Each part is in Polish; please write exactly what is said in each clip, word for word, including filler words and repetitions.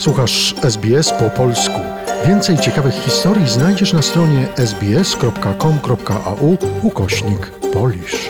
Słuchasz S B S po polsku. Więcej ciekawych historii znajdziesz na stronie sbs.com.au ukośnik Polish.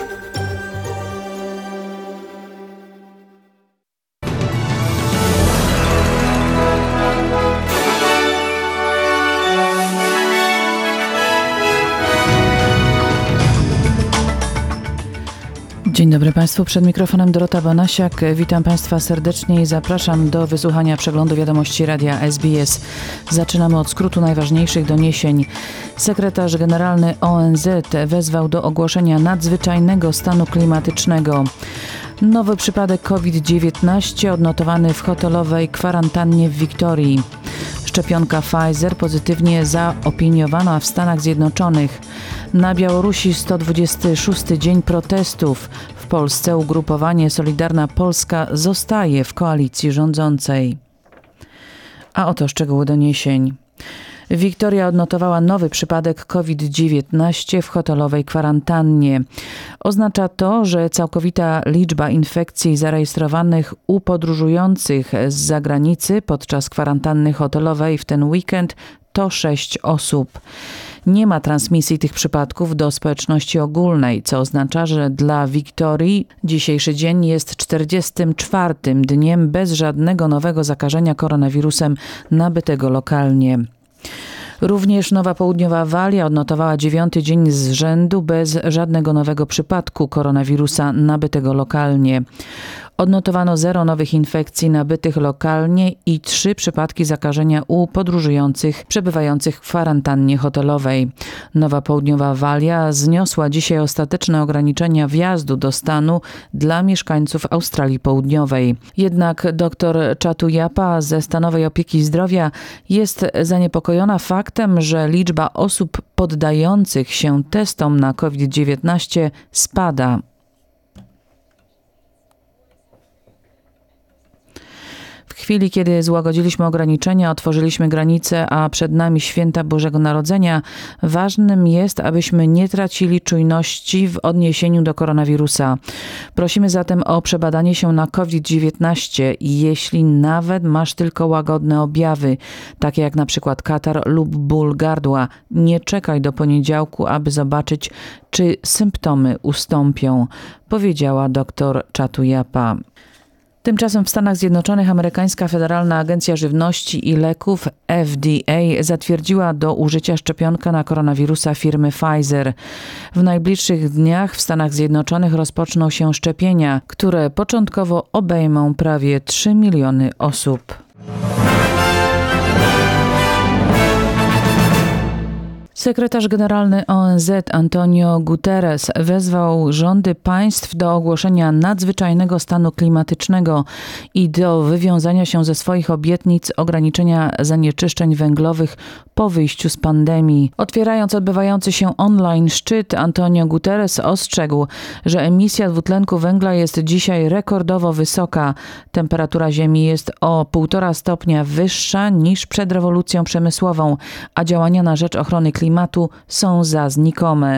Dzień dobry Państwu, przed mikrofonem Dorota Banasiak. Witam Państwa serdecznie i zapraszam do wysłuchania przeglądu wiadomości radia S B S. Zaczynamy od skrótu najważniejszych doniesień. Sekretarz generalny O N Z wezwał do ogłoszenia nadzwyczajnego stanu klimatycznego. Nowy przypadek COVID dziewiętnaście odnotowany w hotelowej kwarantannie w Wiktorii. Szczepionka Pfizer pozytywnie zaopiniowana w Stanach Zjednoczonych. Na Białorusi sto dwudziesty szósty dzień protestów. W Polsce ugrupowanie Solidarna Polska zostaje w koalicji rządzącej. A oto szczegóły doniesień. Wiktoria odnotowała nowy przypadek COVID dziewiętnaście w hotelowej kwarantannie. Oznacza to, że całkowita liczba infekcji zarejestrowanych u podróżujących z zagranicy podczas kwarantanny hotelowej w ten weekend to sześć osób. Nie ma transmisji tych przypadków do społeczności ogólnej, co oznacza, że dla Wiktorii dzisiejszy dzień jest czterdziestym czwartym dniem bez żadnego nowego zakażenia koronawirusem nabytego lokalnie. Również Nowa Południowa Walia odnotowała dziewiąty dzień z rzędu bez żadnego nowego przypadku koronawirusa nabytego lokalnie. Odnotowano zero nowych infekcji nabytych lokalnie i trzy przypadki zakażenia u podróżujących przebywających w kwarantannie hotelowej. Nowa Południowa Walia zniosła dzisiaj ostateczne ograniczenia wjazdu do stanu dla mieszkańców Australii Południowej. Jednak dr Chatuyapa ze Stanowej Opieki Zdrowia jest zaniepokojona faktem, że liczba osób poddających się testom na COVID dziewiętnaście spada. W chwili, kiedy złagodziliśmy ograniczenia, otworzyliśmy granice, a przed nami święta Bożego Narodzenia, ważnym jest, abyśmy nie tracili czujności w odniesieniu do koronawirusa. Prosimy zatem o przebadanie się na COVID dziewiętnaście, jeśli nawet masz tylko łagodne objawy, takie jak na przykład katar lub ból gardła. Nie czekaj do poniedziałku, aby zobaczyć, czy symptomy ustąpią, powiedziała dr Chatuyapa. Tymczasem w Stanach Zjednoczonych amerykańska Federalna Agencja Żywności i Leków F D A zatwierdziła do użycia szczepionkę na koronawirusa firmy Pfizer. W najbliższych dniach w Stanach Zjednoczonych rozpoczną się szczepienia, które początkowo obejmą prawie trzy miliony osób. Sekretarz generalny O N Z Antonio Guterres wezwał rządy państw do ogłoszenia nadzwyczajnego stanu klimatycznego i do wywiązania się ze swoich obietnic ograniczenia zanieczyszczeń węglowych po wyjściu z pandemii. Otwierając odbywający się online szczyt, Antonio Guterres ostrzegł, że emisja dwutlenku węgla jest dzisiaj rekordowo wysoka. Temperatura Ziemi jest o półtora stopnia wyższa niż przed rewolucją przemysłową, a działania na rzecz ochrony klimatu klimatu są za znikome.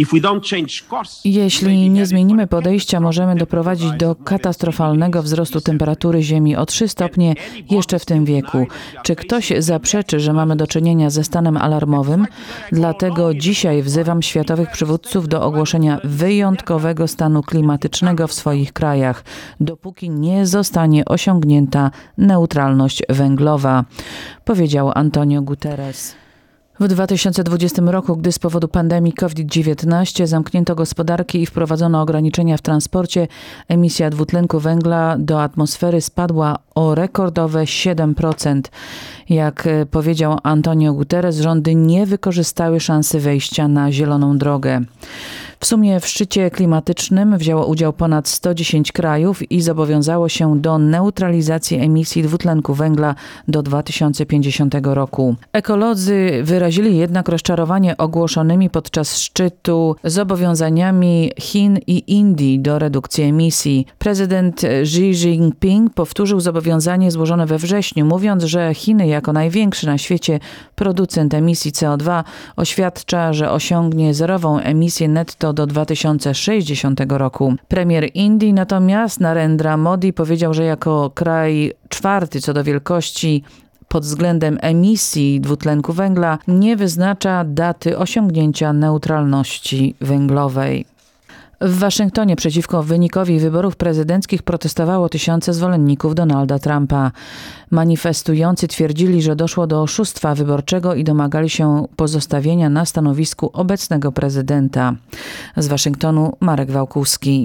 Jeśli nie zmienimy podejścia, możemy doprowadzić do katastrofalnego wzrostu temperatury Ziemi o trzy stopnie jeszcze w tym wieku. Czy ktoś zaprzeczy, że mamy do czynienia ze stanem alarmowym? Dlatego dzisiaj wzywam światowych przywódców do ogłoszenia wyjątkowego stanu klimatycznego w swoich krajach, dopóki nie zostanie osiągnięta neutralność węglowa, powiedział Antonio Guterres. W dwa tysiące dwudziestym roku, gdy z powodu pandemii COVID dziewiętnaście zamknięto gospodarki i wprowadzono ograniczenia w transporcie, emisja dwutlenku węgla do atmosfery spadła o rekordowe siedem procent. Jak powiedział Antonio Guterres, rządy nie wykorzystały szansy wejścia na zieloną drogę. W sumie w szczycie klimatycznym wzięło udział ponad sto dziesięć krajów i zobowiązało się do neutralizacji emisji dwutlenku węgla do dwa tysiące pięćdziesiątego roku. Ekolodzy wyrazili jednak rozczarowanie ogłoszonymi podczas szczytu zobowiązaniami Chin i Indii do redukcji emisji. Prezydent Xi Jinping powtórzył zobowiązanie złożone we wrześniu, mówiąc, że Chiny jako największy na świecie producent emisji C O dwa oświadcza, że osiągnie zerową emisję netto co do dwa tysiące sześćdziesiątego roku. Premier Indii natomiast Narendra Modi powiedział, że jako kraj czwarty co do wielkości pod względem emisji dwutlenku węgla nie wyznacza daty osiągnięcia neutralności węglowej. W Waszyngtonie przeciwko wynikowi wyborów prezydenckich protestowało tysiące zwolenników Donalda Trumpa. Manifestujący twierdzili, że doszło do oszustwa wyborczego i domagali się pozostawienia na stanowisku obecnego prezydenta. Z Waszyngtonu Marek Wałkuski.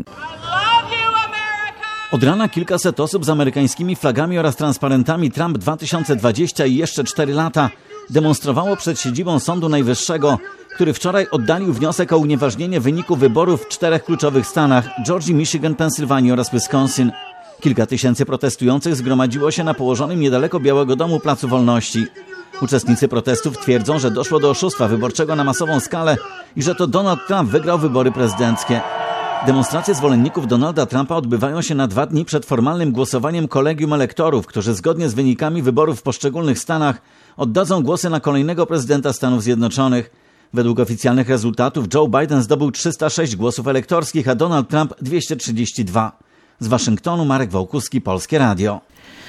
Od rana kilkaset osób z amerykańskimi flagami oraz transparentami Trump dwa tysiące dwadzieścia i jeszcze cztery lata demonstrowało przed siedzibą Sądu Najwyższego, który wczoraj oddalił wniosek o unieważnienie wyniku wyborów w czterech kluczowych stanach – Georgii, Michigan, Pensylwanii oraz Wisconsin. Kilka tysięcy protestujących zgromadziło się na położonym niedaleko Białego Domu Placu Wolności. Uczestnicy protestów twierdzą, że doszło do oszustwa wyborczego na masową skalę i że to Donald Trump wygrał wybory prezydenckie. Demonstracje zwolenników Donalda Trumpa odbywają się na dwa dni przed formalnym głosowaniem kolegium elektorów, którzy zgodnie z wynikami wyborów w poszczególnych stanach oddadzą głosy na kolejnego prezydenta Stanów Zjednoczonych. Według oficjalnych rezultatów Joe Biden zdobył trzysta sześć głosów elektorskich, a Donald Trump dwieście trzydzieści dwa. Z Waszyngtonu Marek Wałkuski, Polskie Radio.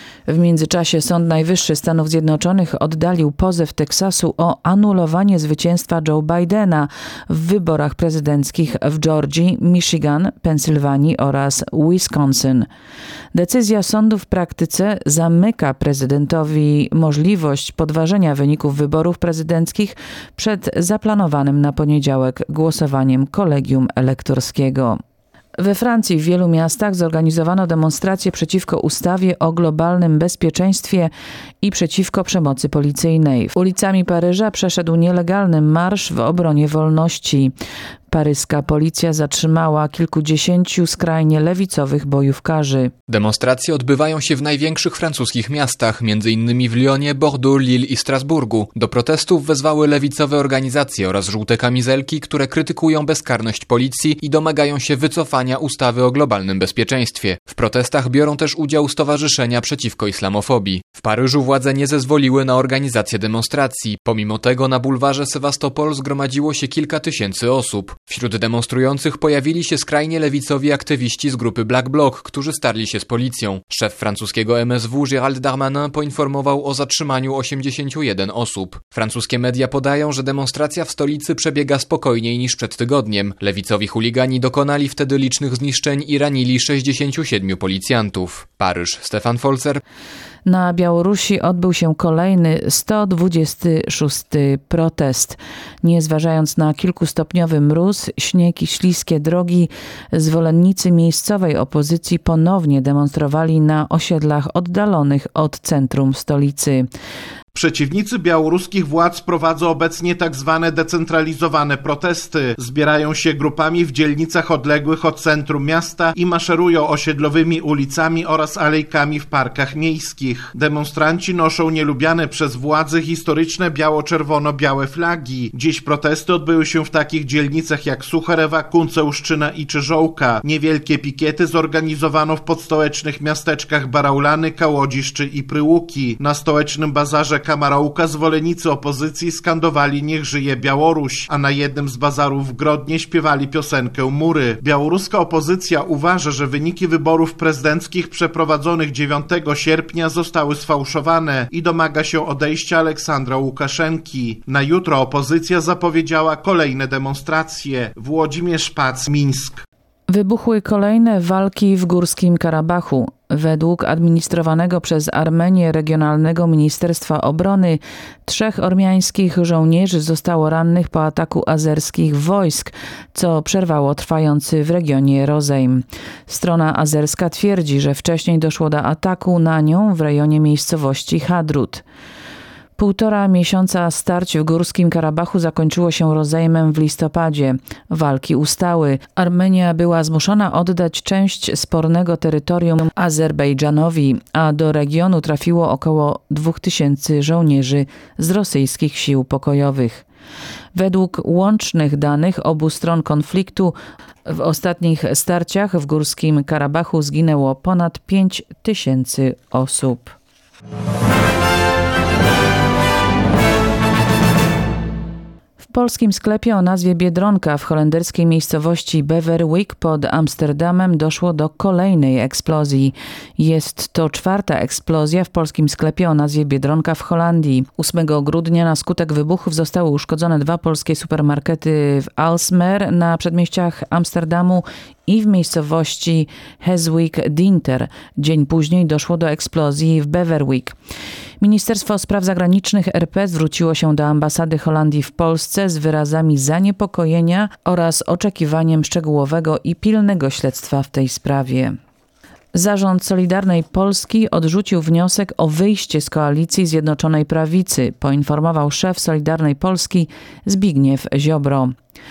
W międzyczasie Sąd Najwyższy Stanów Zjednoczonych oddalił pozew Teksasu o anulowanie zwycięstwa Joe Bidena w wyborach prezydenckich w Georgii, Michigan, Pensylwanii oraz Wisconsin. Decyzja sądu w praktyce zamyka prezydentowi możliwość podważenia wyników wyborów prezydenckich przed zaplanowanym na poniedziałek głosowaniem kolegium elektorskiego. We Francji w wielu miastach zorganizowano demonstracje przeciwko ustawie o globalnym bezpieczeństwie i przeciwko przemocy policyjnej. Ulicami Paryża przeszedł nielegalny marsz w obronie wolności. Paryska policja zatrzymała kilkudziesięciu skrajnie lewicowych bojówkarzy. Demonstracje odbywają się w największych francuskich miastach, między innymi w Lyonie, Bordeaux, Lille i Strasburgu. Do protestów wezwały lewicowe organizacje oraz żółte kamizelki, które krytykują bezkarność policji i domagają się wycofania ustawy o globalnym bezpieczeństwie. W protestach biorą też udział stowarzyszenia przeciwko islamofobii. W Paryżu władze nie zezwoliły na organizację demonstracji. Pomimo tego na bulwarze Sewastopol zgromadziło się kilka tysięcy osób. Wśród demonstrujących pojawili się skrajnie lewicowi aktywiści z grupy Black Bloc, którzy starli się z policją. Szef francuskiego M S W Gérald Darmanin poinformował o zatrzymaniu osiemdziesięciu jeden osób. Francuskie media podają, że demonstracja w stolicy przebiega spokojniej niż przed tygodniem. Lewicowi chuligani dokonali wtedy licznych zniszczeń i ranili sześćdziesięciu siedmiu policjantów. Paryż, Stefan Folzer. Na Białorusi odbył się kolejny sto dwudziesty szósty protest. Nie zważając na kilkustopniowy mróz, śnieg i śliskie drogi, zwolennicy miejscowej opozycji ponownie demonstrowali na osiedlach oddalonych od centrum stolicy. Przeciwnicy białoruskich władz prowadzą obecnie tak zwane decentralizowane protesty. Zbierają się grupami w dzielnicach odległych od centrum miasta i maszerują osiedlowymi ulicami oraz alejkami w parkach miejskich. Demonstranci noszą nielubiane przez władze historyczne biało-czerwono-białe flagi. Dziś protesty odbyły się w takich dzielnicach jak Sucherewa, Kunceuszczyna i Czyżołka. Niewielkie pikiety zorganizowano w podstołecznych miasteczkach Baraulany, Kałodziszczy i Pryłuki. Na stołecznym bazarze Kamarołka zwolennicy opozycji skandowali „Niech żyje Białoruś”, a na jednym z bazarów w Grodnie śpiewali piosenkę „Mury”. Białoruska opozycja uważa, że wyniki wyborów prezydenckich przeprowadzonych dziewiątego sierpnia zostały sfałszowane i domaga się odejścia Aleksandra Łukaszenki. Na jutro opozycja zapowiedziała kolejne demonstracje. Włodzimierz Pac, Mińsk. Wybuchły kolejne walki w Górskim Karabachu. Według administrowanego przez Armenię Regionalnego Ministerstwa Obrony trzech ormiańskich żołnierzy zostało rannych po ataku azerskich wojsk, co przerwało trwający w regionie rozejm. Strona azerska twierdzi, że wcześniej doszło do ataku na nią w rejonie miejscowości Hadrut. Półtora miesiąca starć w Górskim Karabachu zakończyło się rozejmem w listopadzie. Walki ustały. Armenia była zmuszona oddać część spornego terytorium Azerbejdżanowi, a do regionu trafiło około dwóch tysięcy żołnierzy z rosyjskich sił pokojowych. Według łącznych danych obu stron konfliktu w ostatnich starciach w Górskim Karabachu zginęło ponad pięć tysięcy osób. W polskim sklepie o nazwie Biedronka w holenderskiej miejscowości Beverwijk pod Amsterdamem doszło do kolejnej eksplozji. Jest to czwarta eksplozja w polskim sklepie o nazwie Biedronka w Holandii. ósmego grudnia na skutek wybuchów zostały uszkodzone dwa polskie supermarkety w Aalsmeer na przedmieściach Amsterdamu i w miejscowości Heeswijk-Dinter. Dzień później doszło do eksplozji w Beverwijk. Ministerstwo Spraw Zagranicznych R P zwróciło się do ambasady Holandii w Polsce z wyrazami zaniepokojenia oraz oczekiwaniem szczegółowego i pilnego śledztwa w tej sprawie. Zarząd Solidarnej Polski odrzucił wniosek o wyjście z koalicji Zjednoczonej Prawicy, poinformował szef Solidarnej Polski Zbigniew Ziobro.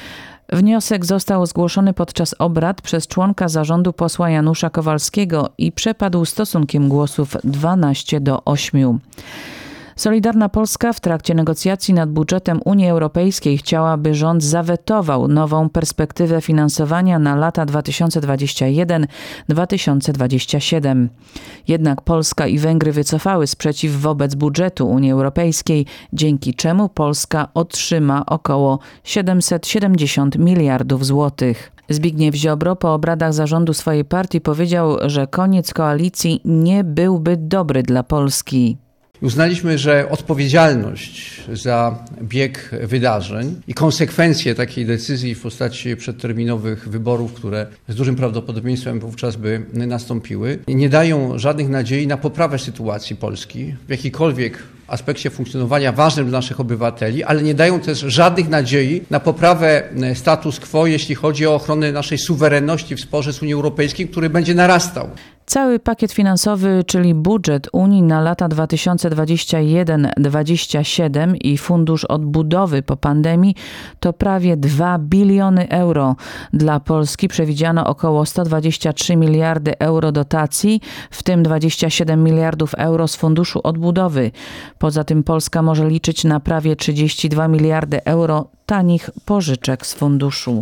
Wniosek został zgłoszony podczas obrad przez członka zarządu posła Janusza Kowalskiego i przepadł stosunkiem głosów dwanaście do ośmiu. Solidarna Polska w trakcie negocjacji nad budżetem Unii Europejskiej chciała, by rząd zawetował nową perspektywę finansowania na lata dwa tysiące dwudziesty pierwszy do dwa tysiące dwudziestego siódmego. Jednak Polska i Węgry wycofały sprzeciw wobec budżetu Unii Europejskiej, dzięki czemu Polska otrzyma około siedemset siedemdziesiąt miliardów złotych. Zbigniew Ziobro po obradach zarządu swojej partii powiedział, że koniec koalicji nie byłby dobry dla Polski. Uznaliśmy, że odpowiedzialność za bieg wydarzeń i konsekwencje takiej decyzji w postaci przedterminowych wyborów, które z dużym prawdopodobieństwem wówczas by nastąpiły, nie dają żadnych nadziei na poprawę sytuacji Polski w jakikolwiek aspekcie funkcjonowania ważnym dla naszych obywateli, ale nie dają też żadnych nadziei na poprawę status quo, jeśli chodzi o ochronę naszej suwerenności w sporze z Unią Europejską, który będzie narastał. Cały pakiet finansowy, czyli budżet Unii na lata dwa tysiące dwudziesty pierwszy do dwudziestego siódmego i Fundusz Odbudowy po pandemii to prawie dwa biliony euro. Dla Polski przewidziano około sto dwadzieścia trzy miliardy euro dotacji, w tym dwadzieścia siedem miliardów euro z Funduszu Odbudowy. Poza tym Polska może liczyć na prawie trzydzieści dwa miliardy euro tanich pożyczek z funduszu.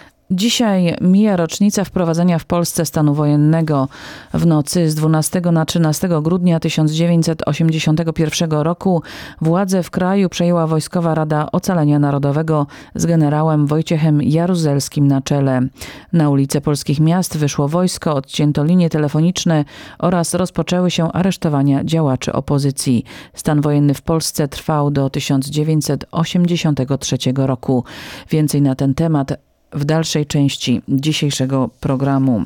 Dzisiaj mija rocznica wprowadzenia w Polsce stanu wojennego. W nocy z dwunastego na trzynastego grudnia tysiąc dziewięćset osiemdziesiątego pierwszego roku władzę w kraju przejęła Wojskowa Rada Ocalenia Narodowego z generałem Wojciechem Jaruzelskim na czele. Na ulice polskich miast wyszło wojsko, odcięto linie telefoniczne oraz rozpoczęły się aresztowania działaczy opozycji. Stan wojenny w Polsce trwał do tysiąc dziewięćset osiemdziesiątego trzeciego roku. Więcej na ten temat w dalszej części dzisiejszego programu.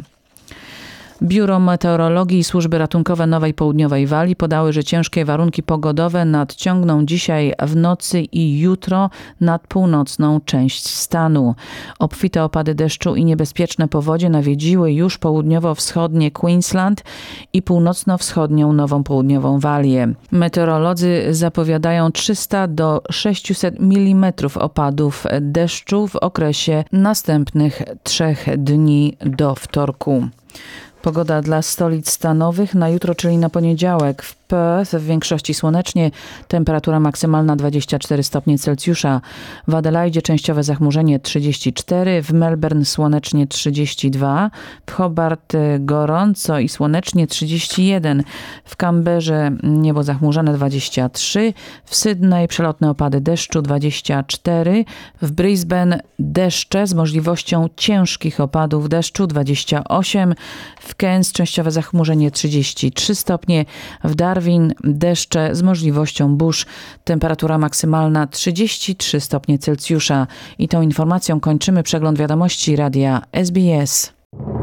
Biuro Meteorologii i Służby Ratunkowe Nowej Południowej Walii podały, że ciężkie warunki pogodowe nadciągną dzisiaj w nocy i jutro nad północną część stanu. Obfite opady deszczu i niebezpieczne powodzie nawiedziły już południowo-wschodnie Queensland i północno-wschodnią Nową Południową Walię. Meteorolodzy zapowiadają trzysta do sześciuset milimetrów opadów deszczu w okresie następnych trzech dni do wtorku. Pogoda dla stolic stanowych na jutro, czyli na poniedziałek. W Perth w większości słonecznie, temperatura maksymalna dwadzieścia cztery stopnie Celsjusza. W Adelaide częściowe zachmurzenie trzydzieści cztery, w Melbourne słonecznie trzydzieści dwa, w Hobart gorąco i słonecznie trzydzieści jeden, w Canberrze niebo zachmurzone dwadzieścia trzy, w Sydney przelotne opady deszczu dwadzieścia cztery, w Brisbane deszcze z możliwością ciężkich opadów deszczu dwadzieścia osiem, w Cairns częściowe zachmurzenie trzydzieści trzy stopnie, w Darwin deszcze z możliwością burz, temperatura maksymalna trzydzieści trzy stopnie Celsjusza. I tą informacją kończymy przegląd wiadomości radia S B S.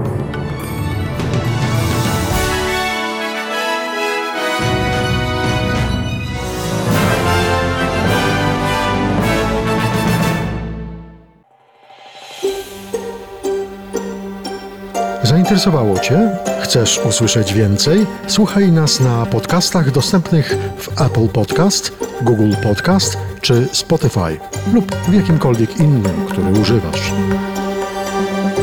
Zainteresowało Cię? Chcesz usłyszeć więcej? Słuchaj nas na podcastach dostępnych w Apple Podcast, Google Podcast czy Spotify lub w jakimkolwiek innym, który używasz.